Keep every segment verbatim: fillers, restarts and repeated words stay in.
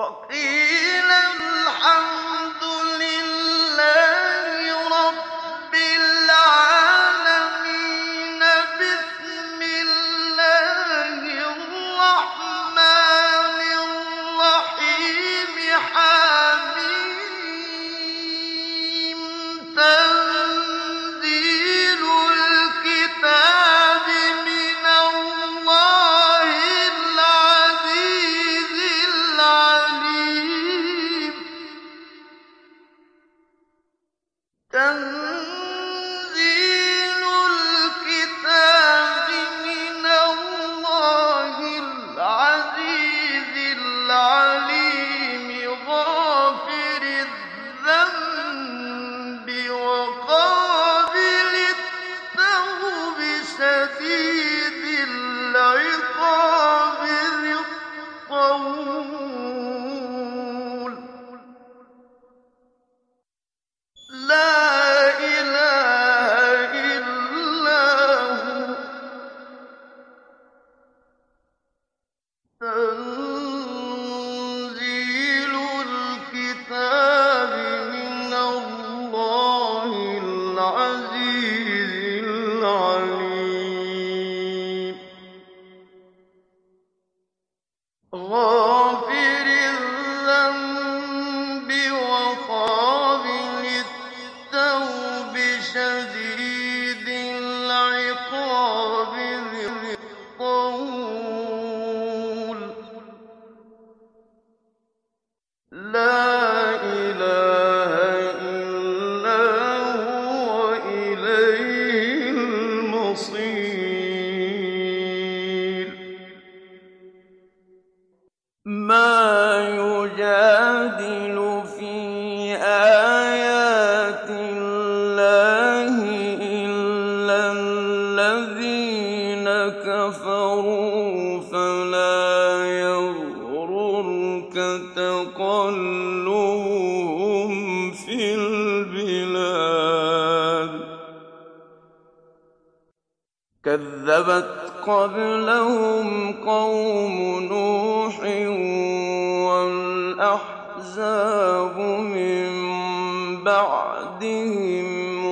وقيل الحمد لله رب العالمين بسم الله الرحمن الرحيم حميم تنزيل الكتاب من الله العزيز العليم تنزيل الكتاب من الله العزيز العليم غافر الذنب وقابل التوب شديد العقاب ذي الطول لا إله إلا هو تنزيل الكتاب من الله العزيز العليم غافر الذنب وقابل التوب شديد العقاب ذي الطول لا إله إلا هو إليه المصير ما يجادل في آيات الله إلا الذين كفروا فلا يغررك تقلبهم في البلاد كذبت قبلهم قوم نوح والأحزاب من بعدهم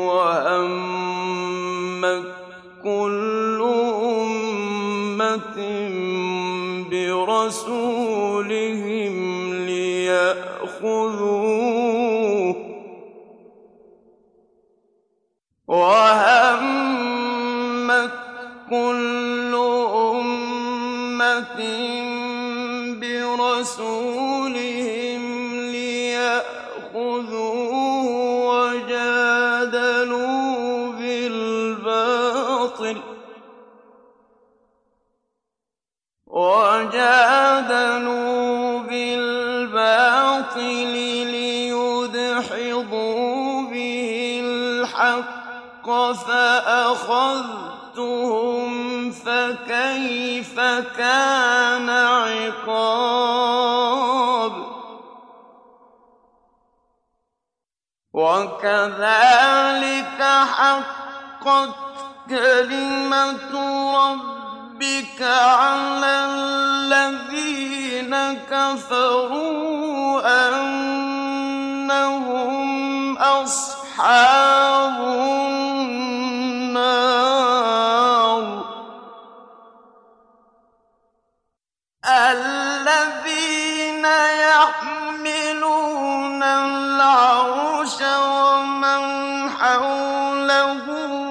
وهمت كل أمة برسولهم ليأخذوه وهمت كل أمة برسولهم ليأخذوه وجادلوا بالباطل وجادلوا بالباطل ليدحضوا به الحق فأخذتهم فكيف كان عقاب وكذلك حقت كلمة ربك على الذين كفروا أنهم أصحاب النار الذين يحملون العرش ومن حوله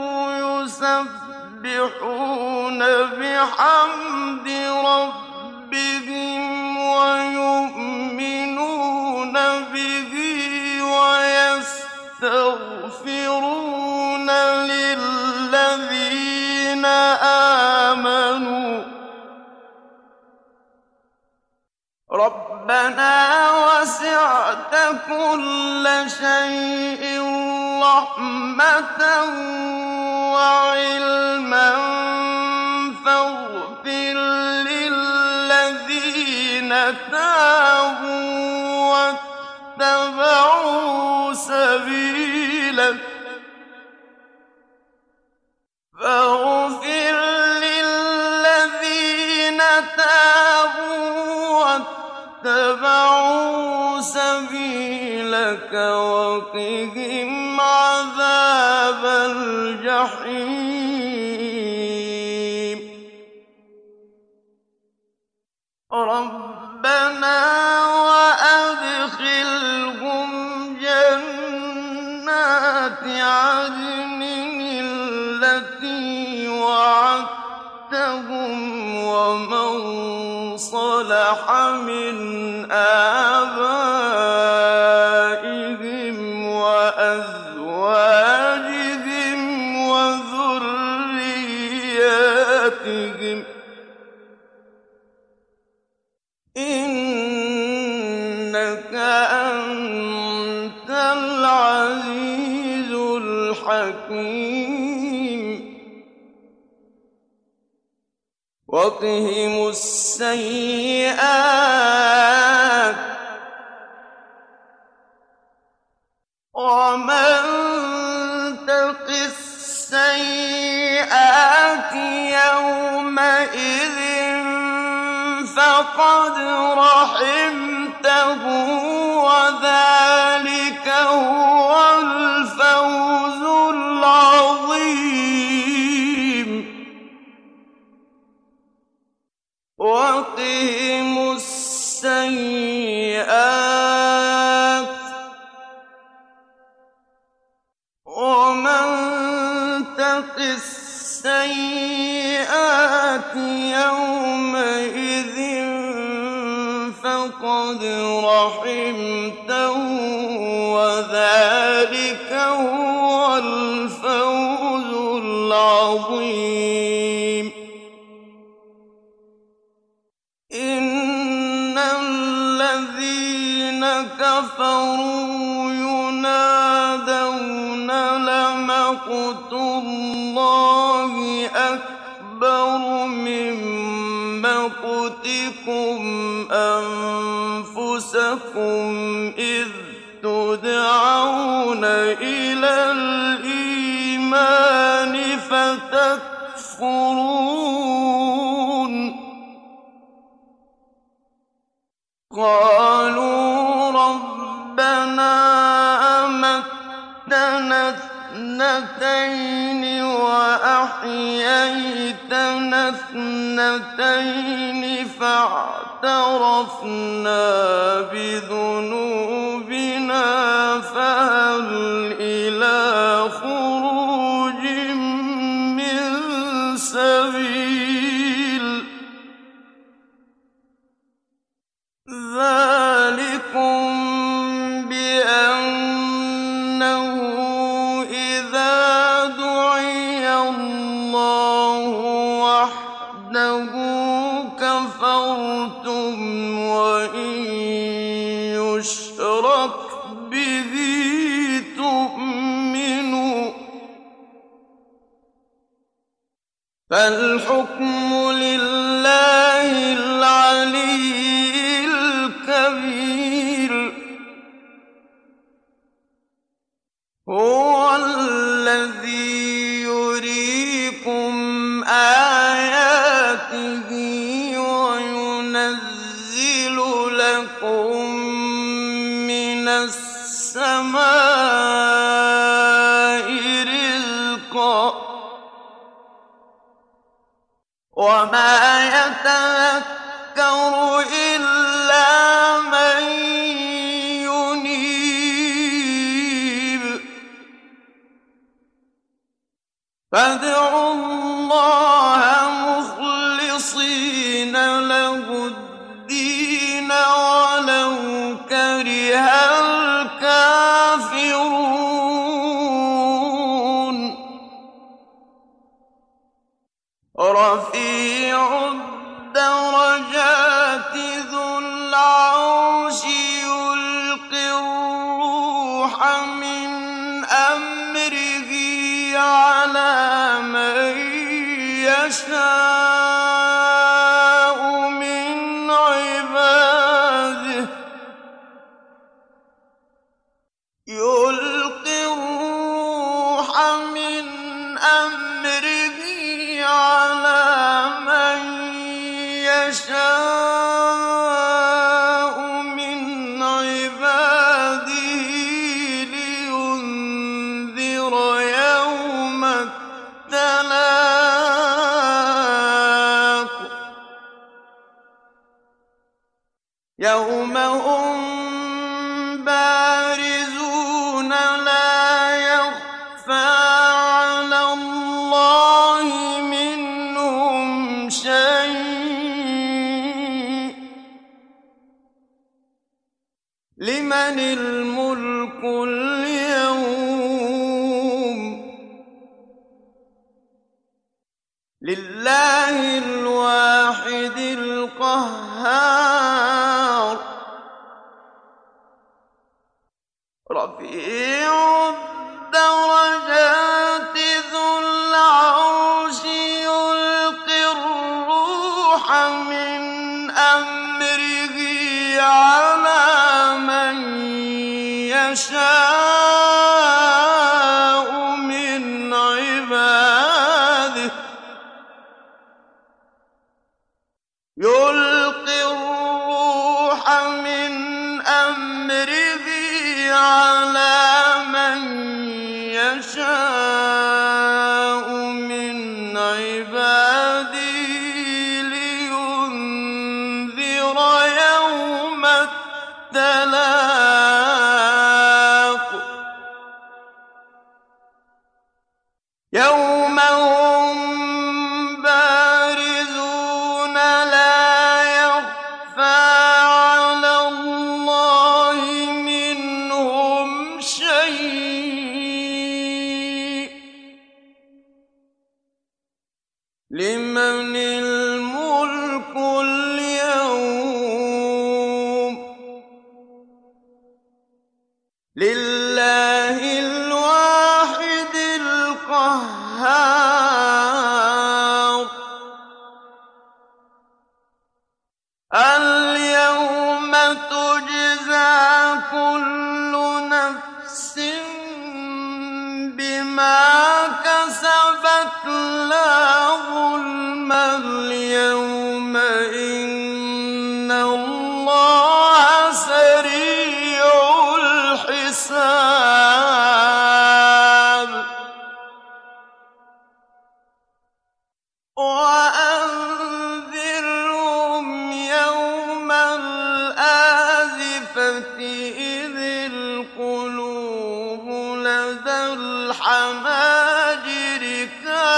يسبحون بحمد ربهم ويؤمنون به ويستغفرون للذين آمنوا ربنا وسعت كل شيء رحمة وعلما فاغفر للذين تابوا واتبعوا سبيلك فاغفر للذين تابوا واتبعوا سبيلك وقهم عذاب الجحيم ربنا وأدخلهم جنات عدن التي وعدتهم ومن صلح من آبائهم وأزواجهم وذرياتهم إنك أنت العزيز الحكيم وقهم السيئات ومن تق السيئات يومئذ فقد رحمته وذلك هو الفوز العظيم وقهم السيئات ومن تق السيئات يومئذ فقد رحمته وذلك هو الفوز العظيم إن الذين كفروا ينادون لمقت الله أكبر من مقتكم أنفسكم إذ تدعون إلى الإيمان فتكفرون قالوا ربنا أمتنا اثنتين وأحييتنا اثنتين فاعترفنا بذنوبنا فهل إلى خروج من سبيل ذلكم بأنه إذا دعي الله وحده كفرتم وإن يشرك به تؤمنوا فالحكم لله العلي الكبير هو الذي يريكم آياته وينزل لكم من السماء رزقا وما يتذكر إلا من ينيب فادعوا الله مخلصين له الدين ولو كره الكافرون رفيع الدرجات ذو العرش يلقي الروح من أمره على من يشاء من عباده يلقي الروح من أمره على من يشاء من عباده يوم هم بارزون لا يخفى على الله منهم شيء لمن الملك اليوم لله الواحد القهار رفيع الدرجات ذو العرش يلقي الروح من أمره على من يشاء من عباده يلقي الروح من أمره على من يشاء من عباده لينذر يوم التلاق يوم هم بارزون لا يخفى على الله منهم شيء لمن الملك اليوم لله الواحد القهار اليوم تجزى كل نفس بما كسبت لا ظلم اليوم إن الله سريع الحساب وأنذرهم يوم الآزفة إذ القلوب لدى الحناجر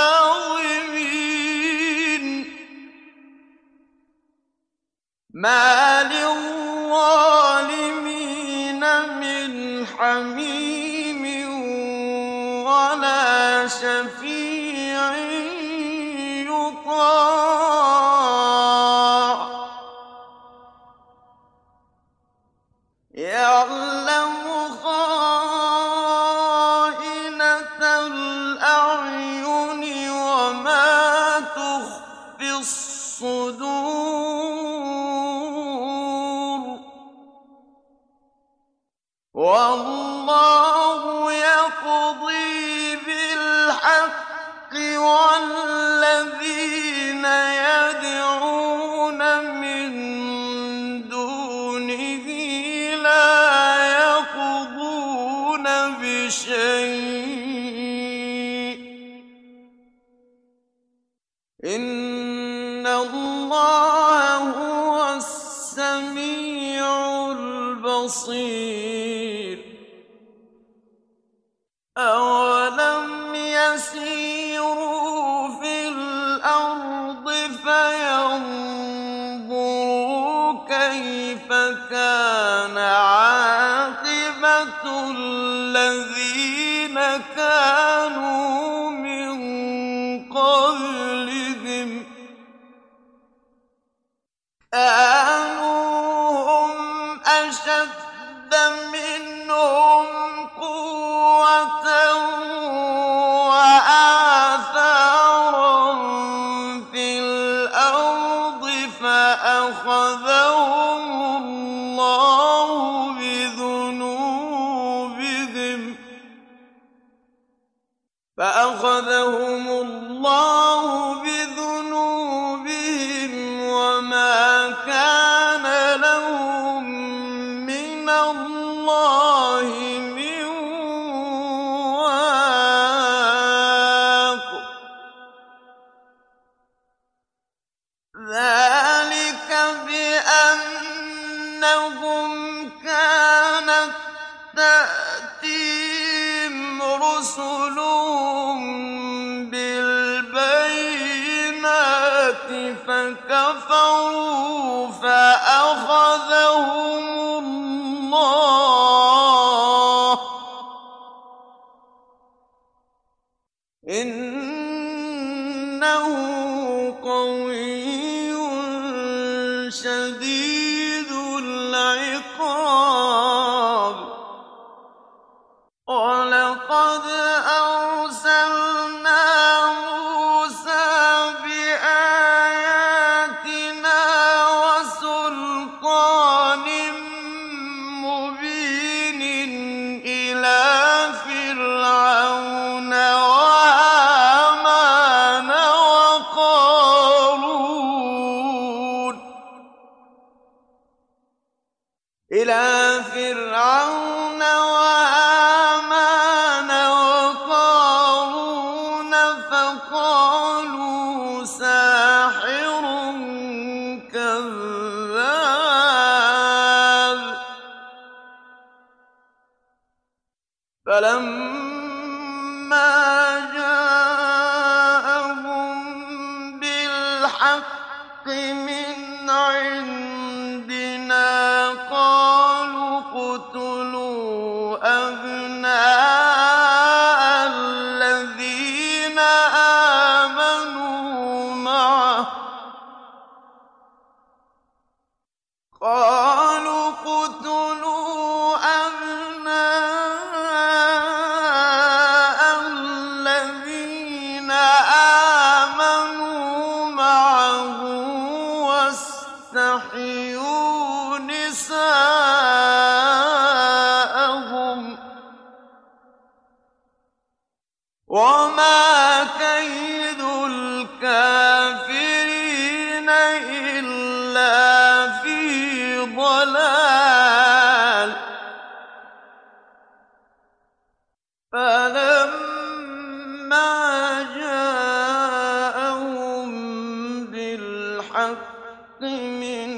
كاظمين ما للظالمين من حميم ولا شفيع يطاع يعلم خائنة الأعين وما تخفي الصدور والله يقضي بالحق والذين يدعون من دونه لا يقضون بشيء إن الله هو السميع البصير أولم يسيروا في الأرض فينظروا كيف كان عاقبة الذين كانوا من قبلهم كانوا هم أشد منهم قوة وآثارا في الأرض فأخذهم الله بذنوبهم فأخذهم الله بذنوبهم وما كان لهم من الله من واق ذلك بأن إنهم كانت تأتيهم رسلهم بالبينات فكفروا فأخذهم الله إنه قوي شديد العقاب ولقد أرسلنا موسى بآياتنا وسلطان مبين إلى فرعون وهامان وقارون إلى فرعون وهامان وقارون فقالوا ساحر كذاب فلما جاءهم بالحق من عندنا قالوا اقتلوا أبناء الذين آمنوا معه قالوا اقتلوا أبناء الذين آمنوا معه واستحيوا نساءهم وما كيد الكافرين إلا في ضلال فلما جاءهم بالحق من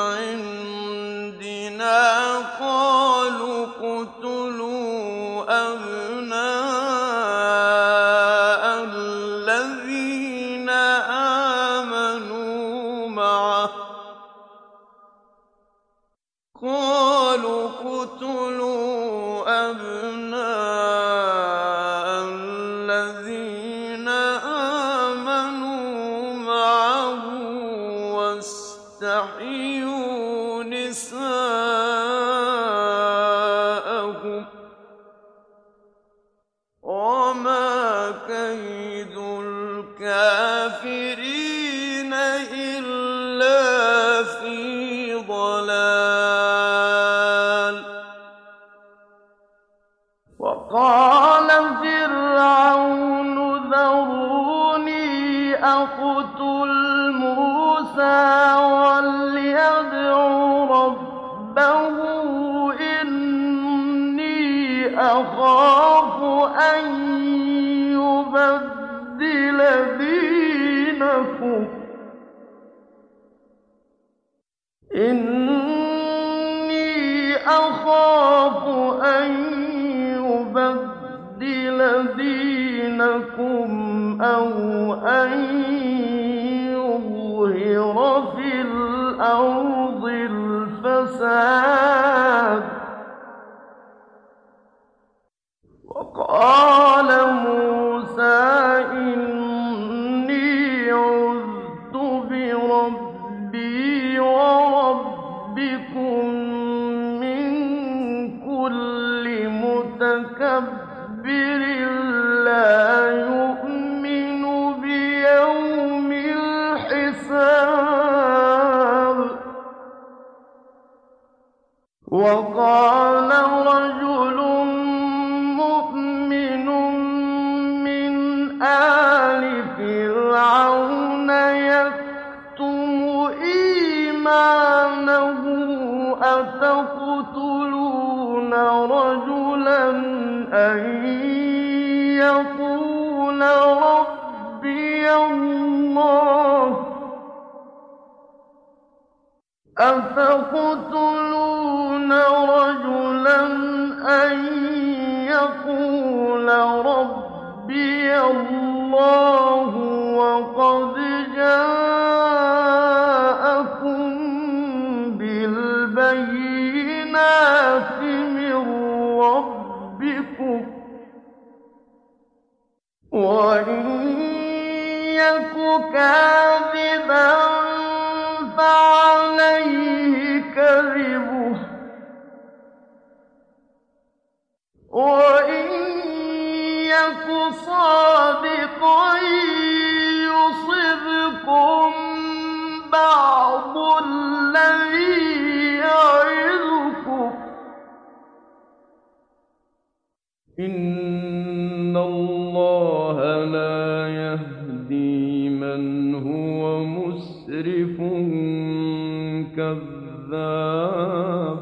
عندنا قالوا اقتلوا أبناء الذين آمنوا معه قالوا اقتلوا أبناء الذين آمنوا معه واستحيوا نساءهم وما كيد الكافرين إلا في ضلال وقال فرعون ذروني أقتل موسى وليدع ربه إني أخاف أن يبدل دينكم إني أخاف أن يبدل دينكم أو أن يظهر في الأرض الفساد وقال موسى إني عذت بربي وربكم من كل متكبر لا يؤمن بيوم الحساب وقال رجل مؤمن من آل فرعون يكتم إيمانه أتقتلون رجلا أن يقول ربي الله أَتَقْتُلُونَ رَجُلًا أَن يَقُولَ رَبِّيَ اللَّهُ وَقَدْ جَاءَكُم بِالْبَيِّنَاتِ مِن رَّبِّكُمْ ۖ وَإِن يَكُ كَاذِبًا فَعَلَيْهِ كَذِبُهُ ۖ وَإِن يَكُ صَادِقًا يُصِبْكُم بَعْضُ الَّذِي يَعِظُكُمْ ۖ إِنَّ اللَّهَ لَا يَهْدِي مَنْ هُوَ مُسْرِفٌ كَذَّابٌ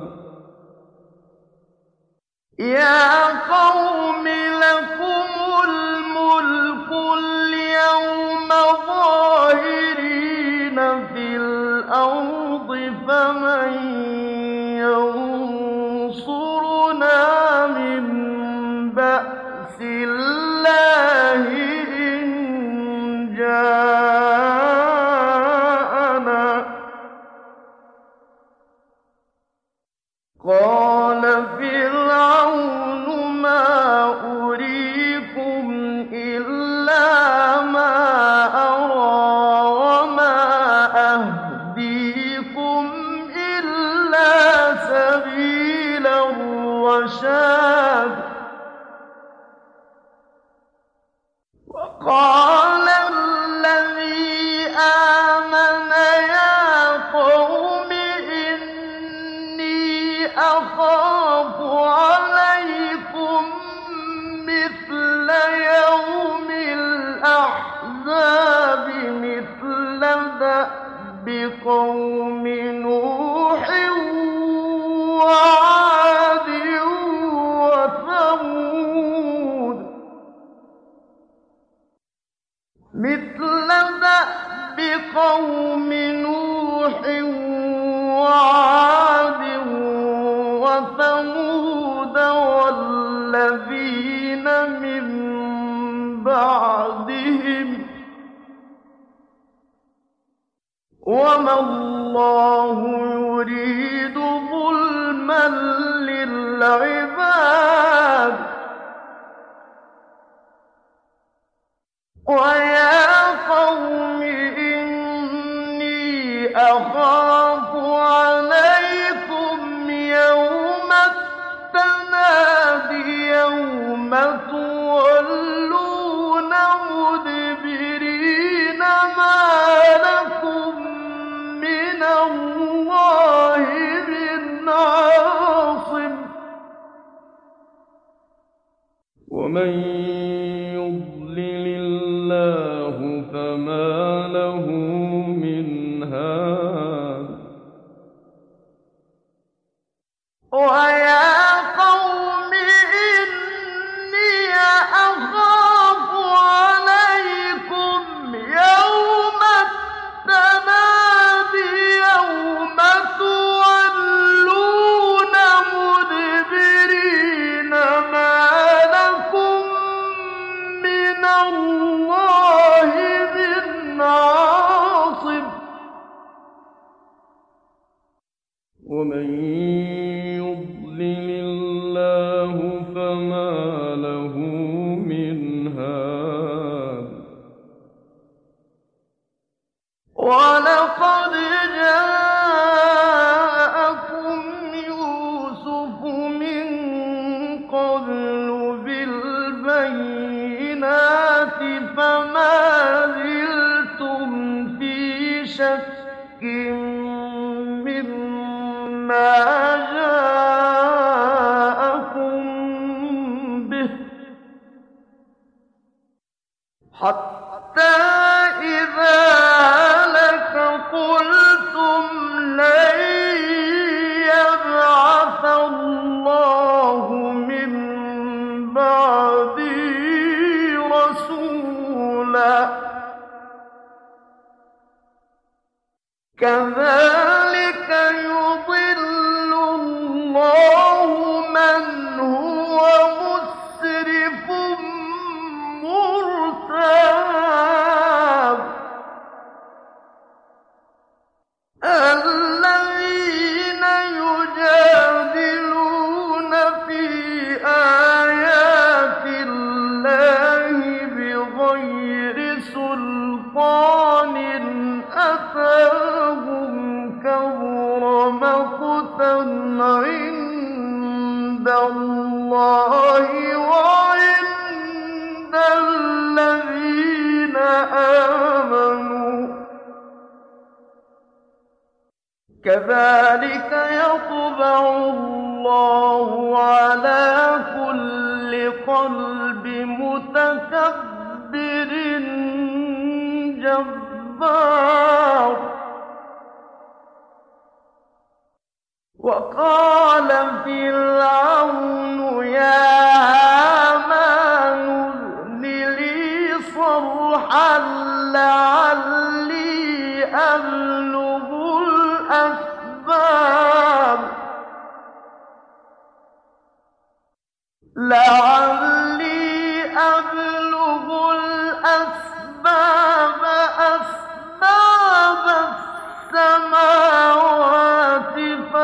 يَا قَوْمِ لَكُمُ الْمُلْكُ الْيَوْمَ ظَاهِرِينَ فِي الْأَرْضِ فَمَن يَنصُرُنَا مِن بَأْسِ اللَّهِ إِن جَاءَنَا ۚ قَالَ فِرْعَوْنُ مَا أُرِيكُمْ إِلَّا مَا أَرَىٰ وَمَا أَهْدِيكُمْ إِلَّا سَبِيلَ الرَّشَادِ وَقَالَ الَّذِي آمَنَ يَا قَوْمِ إِنِّي أَخَافُ عَلَيْكُم مِّثْلَ يَوْمِ الْأَحْزَابِ مِثْلَ دَأْبِ قَوْمِ نُوحٍ وَعَادٍ وَثَمُودَ مِثْلَ دَأْبِ قَوْمِ نُوحٍ وَعَادٍ وَثَمُودَ وَالَّذِينَ مِن بَعْدِهِمْ ۚ وَمَا اللَّهُ يُرِيدُ ظُلْمًا لِّلْعِبَادِ ۚ وَيَا قَوْمِ إِنِّي أَخَافُ عَلَيْكُمْ يَوْمَ التَّنَادِ يَوْمَ تُوَلُّونَ مُدْبِرِينَ مَا لَكُم مِّنَ اللَّهِ مِنْ عَاصِمٍ ۗ وَمَن يُضْلِلِ اللَّهُ فَمَا لَهُ مِنْ هَادٍ وَيَا قَوْمِ إِنِّي أَخَافُ عَلَيْكُمْ يَوْمَ التَّنَادِ يَوْمَ تُوَلُّونَ مُدْبِرِينَ مَا لَكُم مِّنَ اللَّهِ مِنْ عَاصِمٍ ۗ وَمَن يُضْلِلِ اللَّهُ فَمَا لَهُ مِنْ هَادٍ وَلَقَدْ جَاءَكُمْ يُوسُفُ مِن قَبْلُ بِالْبَيِّنَاتِ فَمَا زِلْتُمْ فِي شَكٍّ مِّمَّا جَاءَكُم بِهِ حَتَّىٰ إِذَا هَلَكَ قُلْتُمْ لَن يَبْعَثَ اللَّهُ مِن بَعْدِهِ رَسُولًا ۚ كَذَٰلِكَ عند الله وعند الذين آمنوا كذلك يطبع الله على كل قلب متكبر جبار. وقال فرعون يا هامان ابن لي صرحا لعلي أبلغ الأسباب لعلي أبلغ الأسباب أسباب السماوات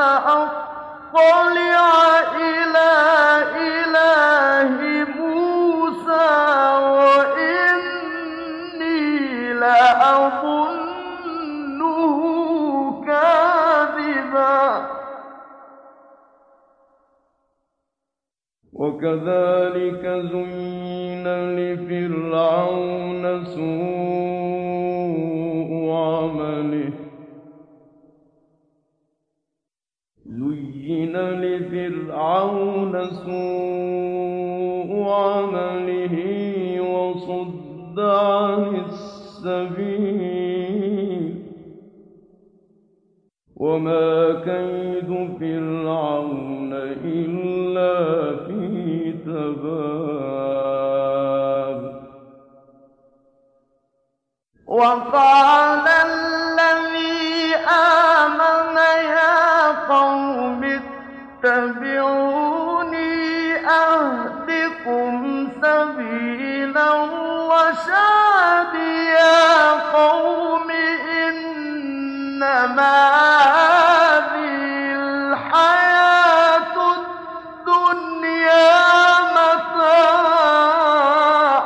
فأطلع إلى إله موسى وإني لأظنه كاذبا. وكذلك زين لفرعون سوء عمله زين لفرعون سوء عمله وصد عن السبيل وما كيد فرعون إلا في تباب. وقال الذي آمن يا قوم اتبعوني أهدكم سبيل الرشاد. يا قوم إنما هذه الحياة الدنيا متاع.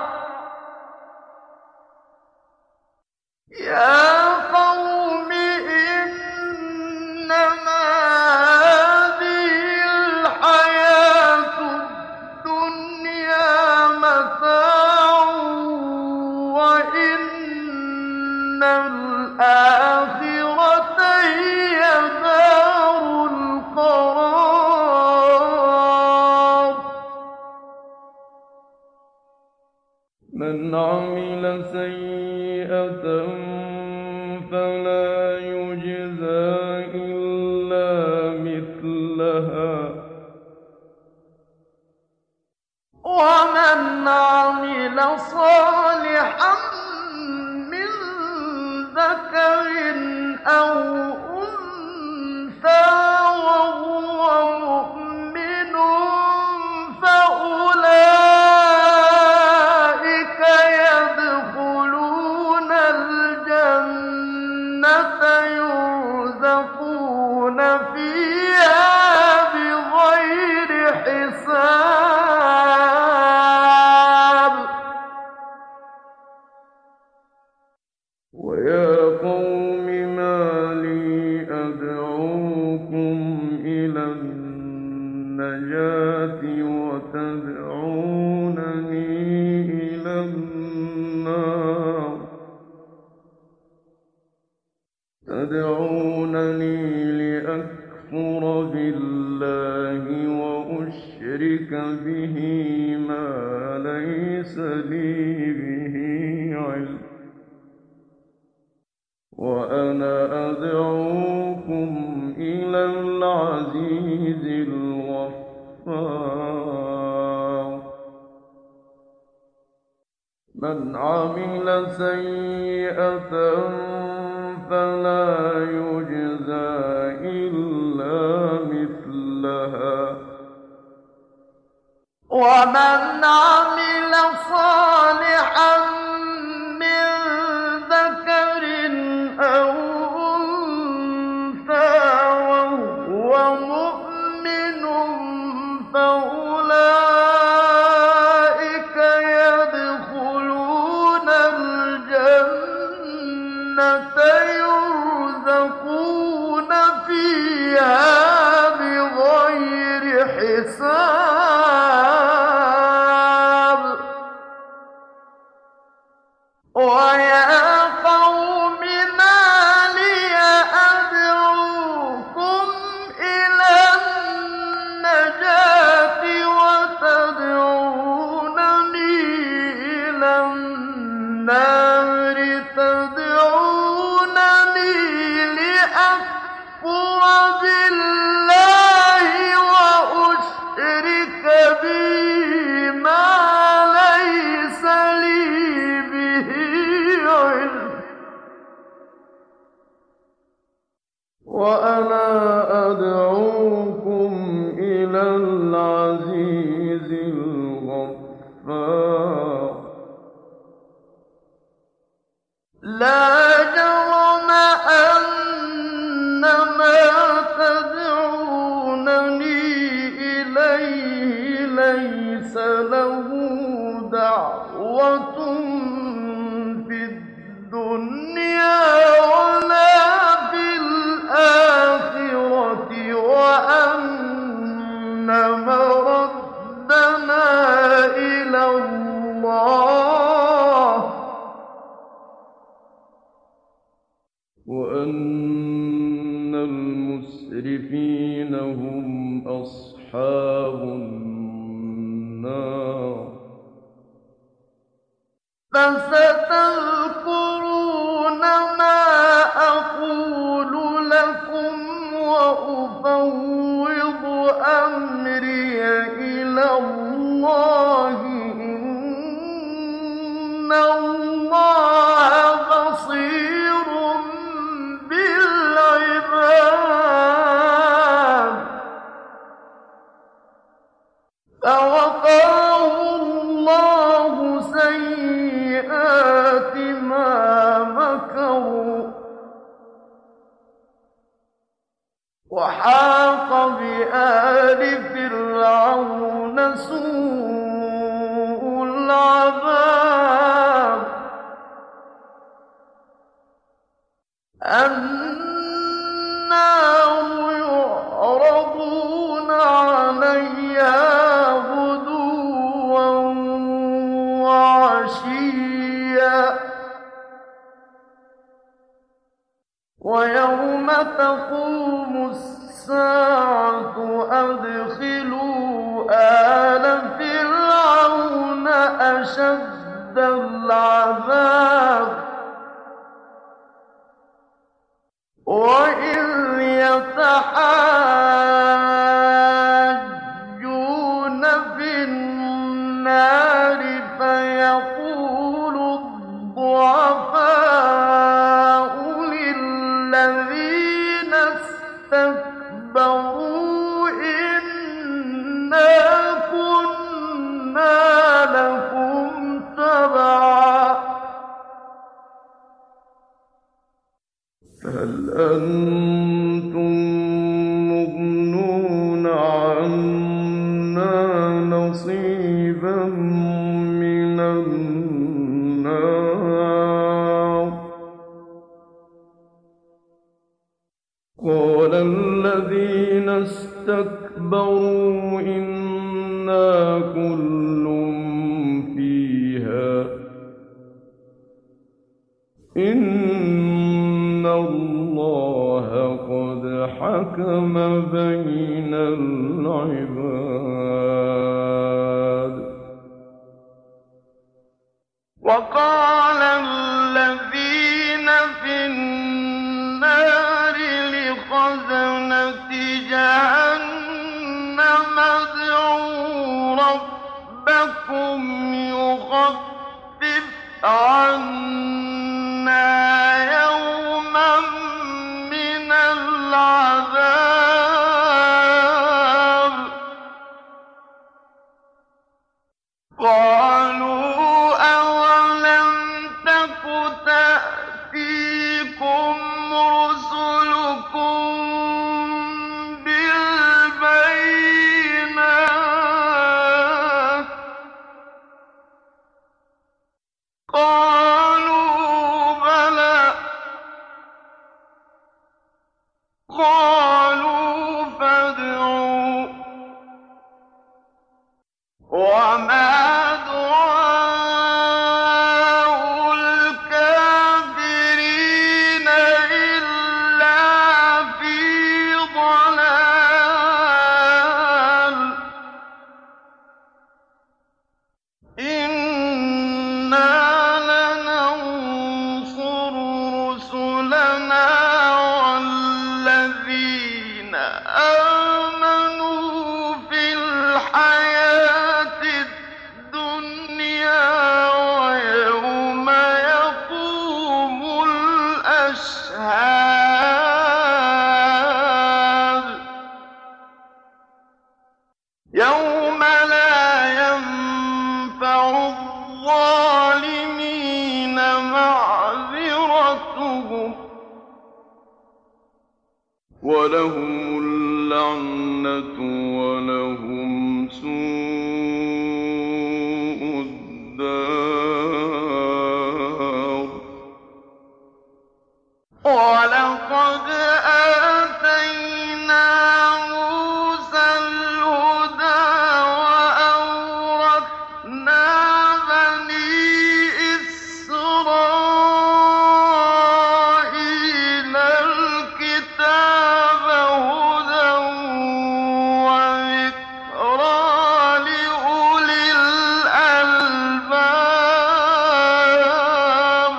يا قوم إنما هذه الحياة الدنيا متاع وإن الآخرة هي دار القرار. من عمل سيئة فلا يجزى إلا مثلها ومن عمل صالحا من ذكر أو أنثى وهو مؤمن فأولئك يدخلون الجنة يرزقون فيها بغير حساب. ويا قوم ما لي أدعوكم إلى النجاة وتدعونني إلى النار تدعونني لأكفر بالله وأشرك به ما ليس لي به علم وأنا أدعوكم إلى العزيز الغفار. من عمل سيئة فلا يجزى إلا مثلها ومن عمل صالحا من ذكر أو أنثى وهو مؤمن فأولئك يدخلون الجنة يرزقون فيها بغير أدعوكم إلى العزيز الغفار لا جرم أن ما تدعونني إليه ليس له دعوة في الدنيا ولا في الآخرة وأن مردنا إلى الله وأن المسرفين هم أصحاب النار فستذكرون ما أقول لكم وأفوض أمري إلى الله إن الله بصير بالعباد فوقاه الله سيئات ما مكروا وحاق بآل فرعون سوء العذاب النار يعرضون عليها غدوا وعشيا ويوم تقوم الساعة أدخلوا آل فرعون أشد العذاب وإذ يتحاجون في النار فيقول الضعفاء للذين استكبروا إنا كنا لكم تبعا هل أنتم مغنون عنا نصيبا من النار قال الذين استكبروا إنا كل فيها إن الله قد حكم بين العباد وقال الذين في النار لخزنة جهنم ادعوا ربكم يخفف عنا يوما من العذاب قالوا أولم تك تأتيكم رسلكم بالبينات قالوا بلى قالوا فادعوا وما دعاء الكافرين إلا في ضلال إنا لننصر رسلنا والذين آمنوا في الحياة وَلَهُمُ اللَّعْنَةُ وَلَهُمْ سُوءُ الدَّارِ وَلَقَدْ آتَيْنَا مُوسَى الْهُدَىٰ وَأَوْرَثْنَا بَنِي إِسْرَائِيلَ الْكِتَابَ هُدًى وَذِكْرَىٰ لِأُولِي الْأَلْبَابِ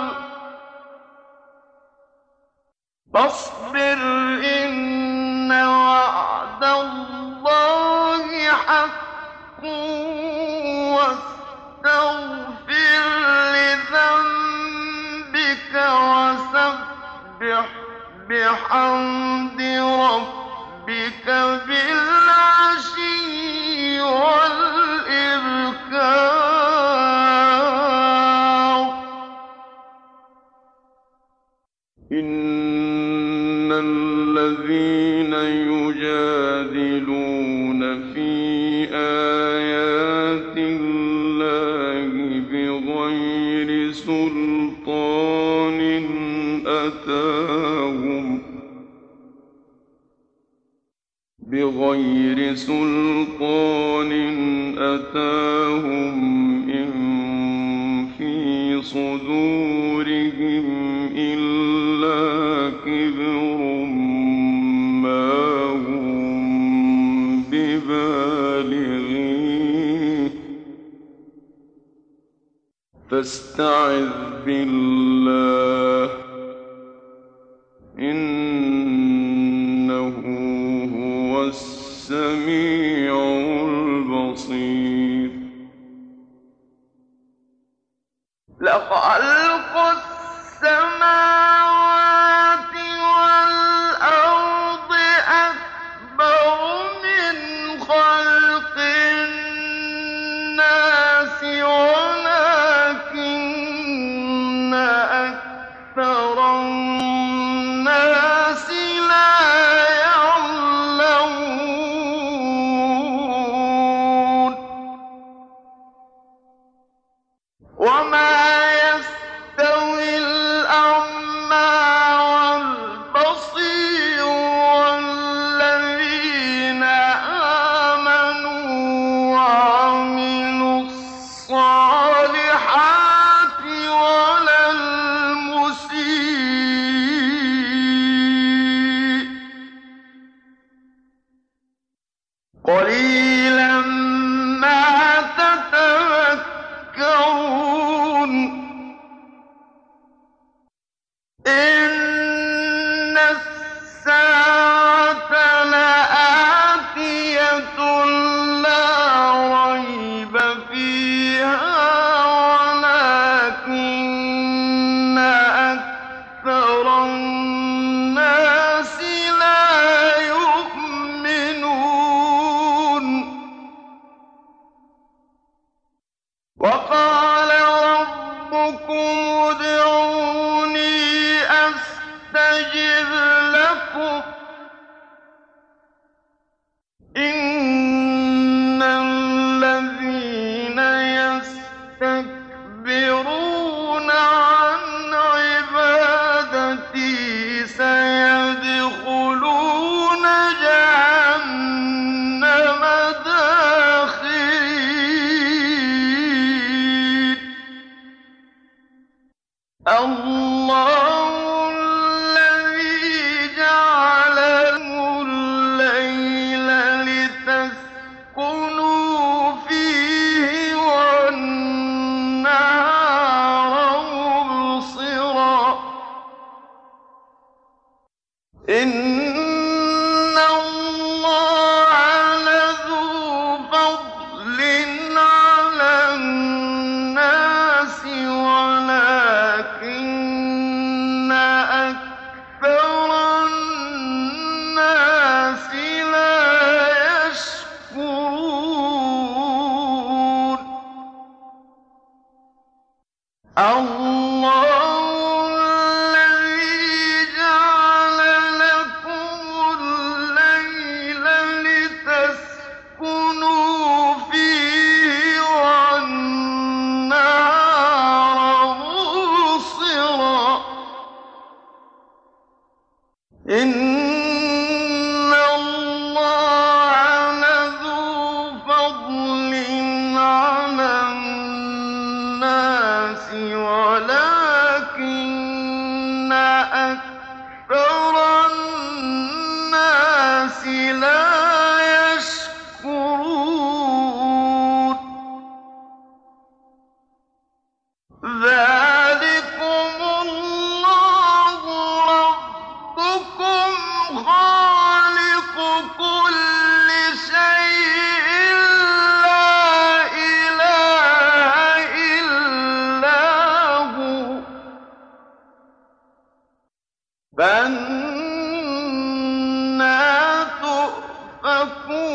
فاصبر إن وعد الله حق واستغفر لذنبك وسبح بحمد ربك بالعشي والإبكار إن الذين يجادلون في آيات الله بغير سلطان أتاهم بغير سلطان أتاهم إن في صدورهم إلا كبر ما هم ببالغيه فاستعذ بالله إنه هو السميع البصير لخلق السماوات والأرض أكبر من خلق الناس ولكن أكثر الناس لا يعلمون وما يستوي الأعمى والبصير والذين آمنوا وعملوا الصالحات ولا المسيء قليلا ما تتذكرون إن الساعة لآتية لا ريب فيها ولكن أكثر الناس لا يؤمنون وقال ربكم ادعوني أستجب لكم إن الذين يستكبرون عن عبادتي سيدخلون جهنم داخرين الله الذي جعل لكم الليل لتسكنوا فيه والنهار مبصرا إن الله لذو فضل على الناس ولكن أكثر الناس لا يشكرون الله الذي جعل لكم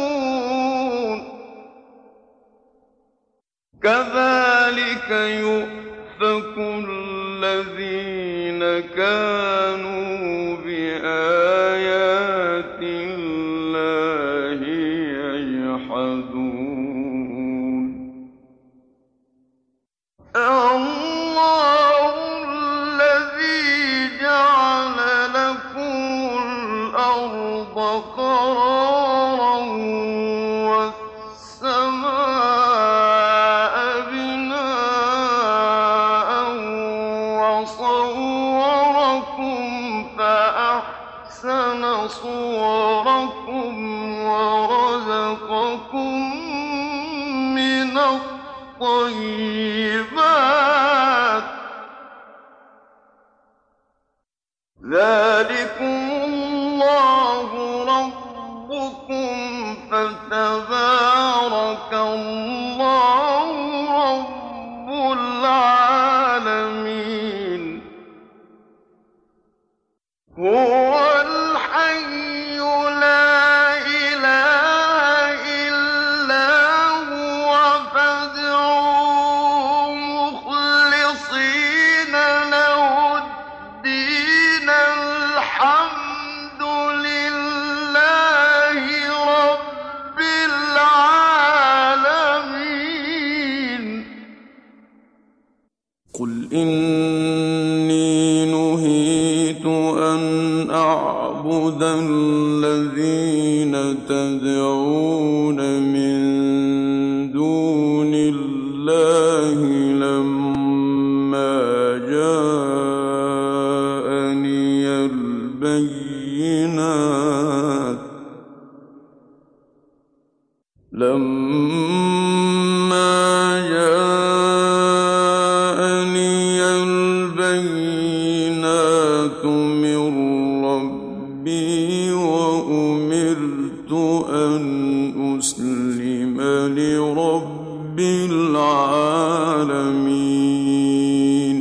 كَذَٰلِكَ يُؤْفَكُ الَّذِينَ كَانُوا بِآيَاتِ اللَّهِ يَجْحَدُونَ اللَّهُ الَّذِي جَعَلَ لَكُمُ الْأَرْضَ قَرَارًا وَالسَّمَاءَ بِنَاءً وَصَوَّرَكُمْ فَأَحْسَنَ صُوَرَكُمْ وَرَزَقَكُم مِّنَ الطَّيِّبَاتِ ۚ ذَٰلِكُمُ اللَّهُ رَبُّكُمْ فَتَبَارَكَ اللَّهُ رَبُّ الْعَالَمِينَ هُوَ الْحَيُّ لَا إِلَٰهَ إِلَّا هُوَ فَادْعُوهُ مُخْلِصِينَ لَهُ الدِّينَ الْحَمْدُ لِلَّهِ رَبِّ الْعَالَمِينَ قُلْ إِنِّي نُهِيتُ أَنْ أَعْبُدَ الَّذِينَ تَدْعُونَ مِن دُونِ اللَّهِ لَمَّا جَاءَنِيَ الْبَيِّنَاتُ لَمَّا جَاءَنِيَ الْبَيِّنَاتُ مِن رَّبِّي وَأُمِرْتُ أَنْ أُسْلِمَ لِرَبِّ الْعَالَمِينَ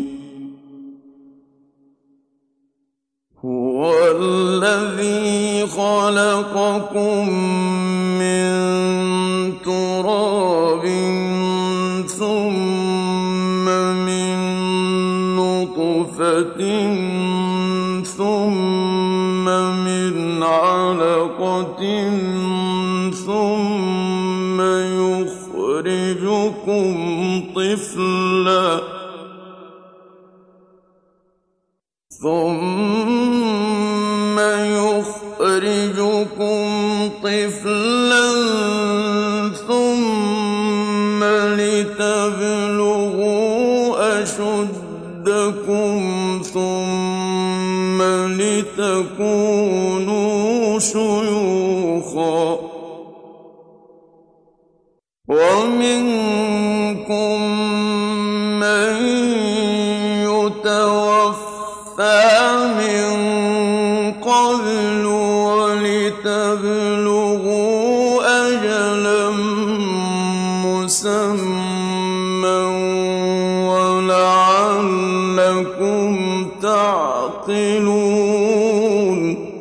هُوَ الَّذِي خَلَقَكُم مِّن تُرَابٍ ثُمَّ مِن نُّطْفَةٍ ثُمَّ مِنْ عَلَقَةٍ ثُمَّ يُخْرِجُكُمْ طِفْلًا ثُمَّ يُخْرِجُكُمْ طِفْلًا ثُمَّ لِتَبْلُغُوا أَشُدَّكُمْ ثُمَّ لِتَكُونُوا شُيُوخًا وَمِنكُم مَّن يُتَوَفَّىٰ مِن قَبْلُ وَلِتَبْلُغُوا أَجَلًا مُّسَمًّى وَلَعَلَّكُمْ تَعْقِلُونَ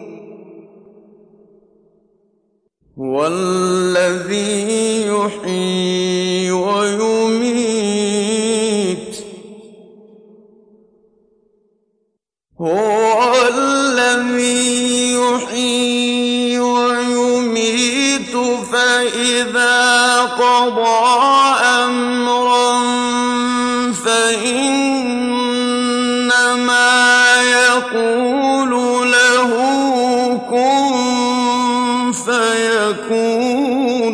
هُوَ الَّذِي يُحْيِي وَيُمِيتُ هُوَ الَّذِي يُحْيِي وَيُمِيتُ فَإِذَا قَضَىٰ أَمْرًا فَإِنَّمَا يَقُولُ لَهُ كُن فَيَكُونُ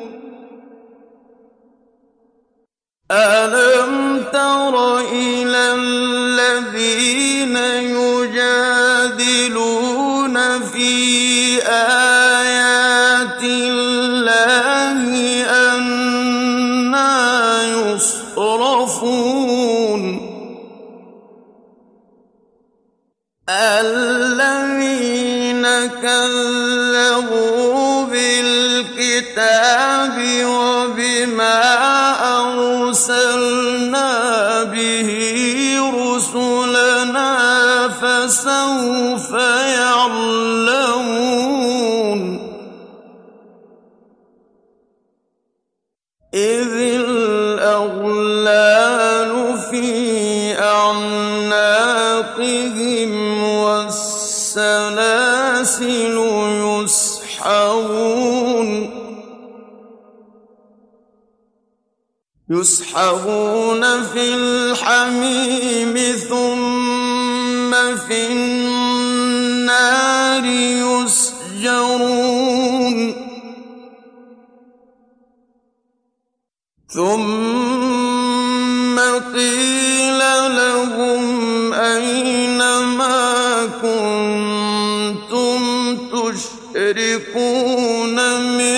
أَلَمْ تَرَ إِلَى الَّذِينَ يُجَادِلُونَ فِي آيَاتِ اللَّهِ أَنَّىٰ يُصْرَفُونَ الَّذِينَ كَذَّبُوا بِالْكِتَابِ وَبِمَا أَرْسَلْنَا بِهِ رُسُلَنَا فَسَوْفَ يَعْلَمُونَ إذ الأغلال في أعناقهم والسلاسل يسحبون يسحبون في الحميم ثم في النار يسجرون ثم قيل لهم أين ما كنتم تشركون من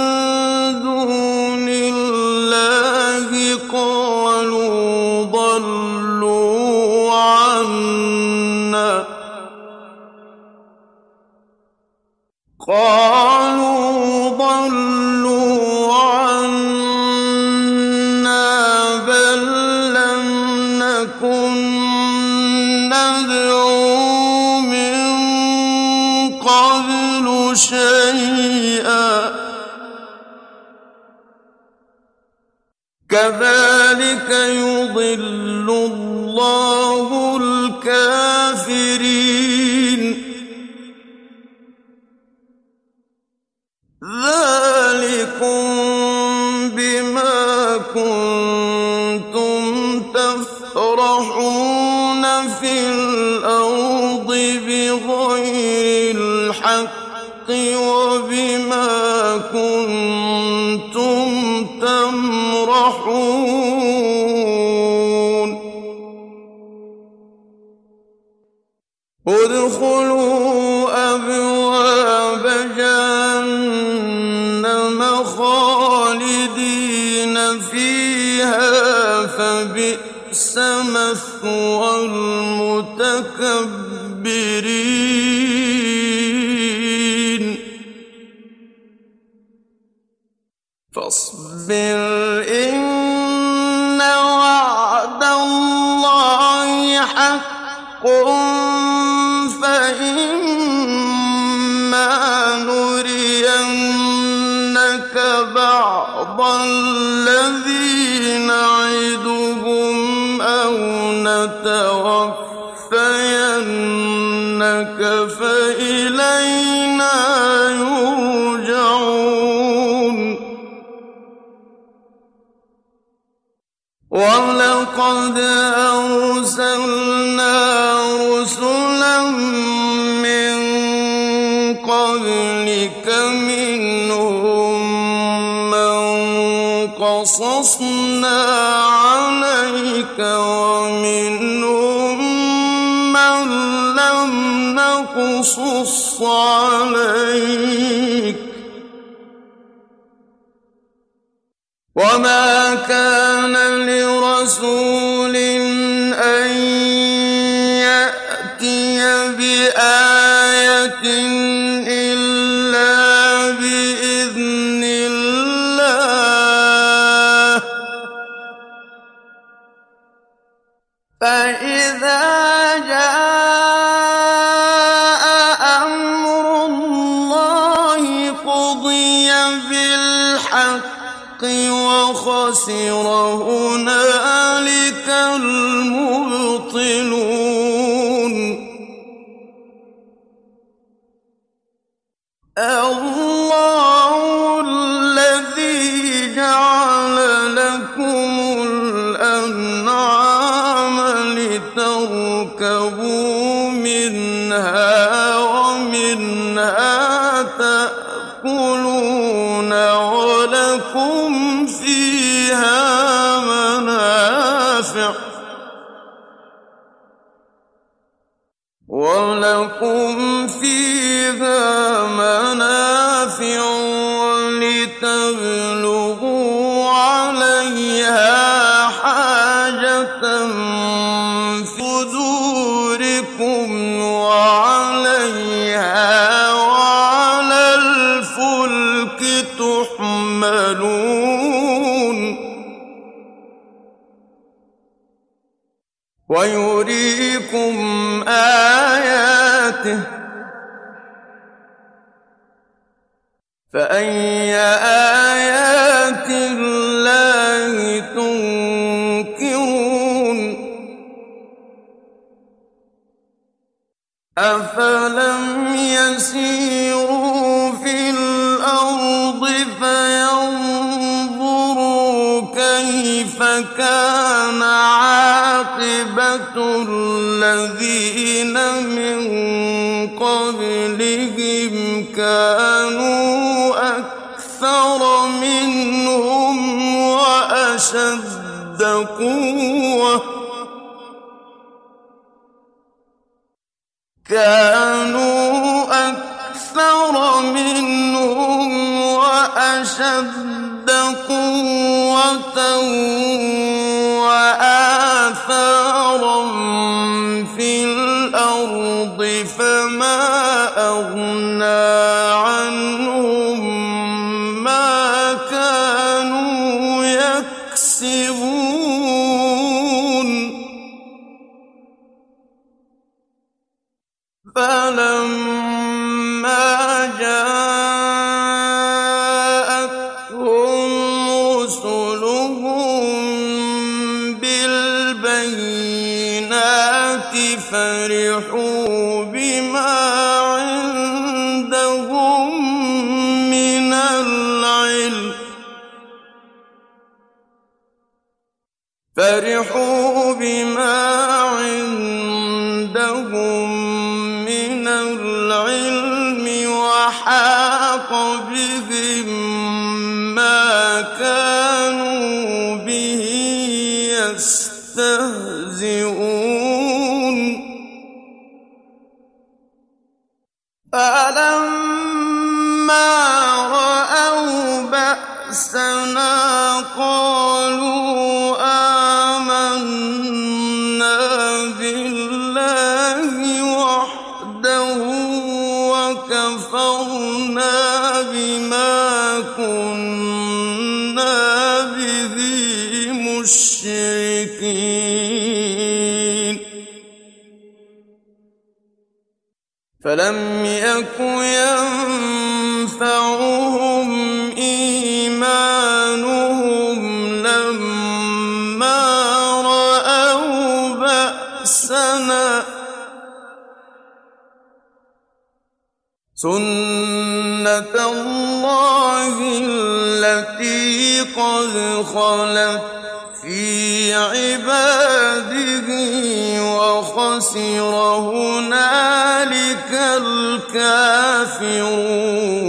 دون الله قالوا ضلوا عنا قالوا ضلوا عنا بل لم نكن ندعو من قبل شيئا كذلك يضل الله الكافرين ذلكم بما كنتم تفرحون في الأرض بغير الحق وبما كنتم تمرحون ادخلوا أبواب جهنم خالدين فيها فبئس مثوى المتكبرين فاصبر إن وعد الله حق فإما نرينك بعض الذي نعدهم أو نتوفينك فإلينا يرجعون ولقد أرسلنا رسلا من قبلك منهم من قصصنا عليك ومنهم من لم نقصص عليك وما كان لرسول أن يأتي بآية إلا بإذن الله فإذا جاء أمر الله قضي بالحق وخسر هنالك المبطلون الله الذي جعل لكم الأنعام لتركبوا منها ومنها تأكلون ولكم فيها منافع ولكم فيها منافع ولتبلغوا عليها حاجة في صدوركم وعليها وعلى الفلك تحملون ويريكم آياته فأي آيات الله لينظروا كيف كان عاقبة الذين من قبلهم كانوا أكثر منهم وأشد قوة كانوا أكثر منهم وأشد قوة وآثارا في الأرض فما أغنى عنهم ما كانوا يكسبون فلما جاءتهم رسلهم بالبينات فرحوا بما عندهم من العلم فرحوا بما عندهم من العلم وحاق بهم ما كانوا به يستهزئون فلما رأوا بأسنا قالوا آمنا بالله وحده وكفرنا بما كنا به مشركين فلم يك ينفعهم إيمانهم لما رأوا بأسنا سنة الله التي قد خلت في عباده وخسر هنالك الكافرون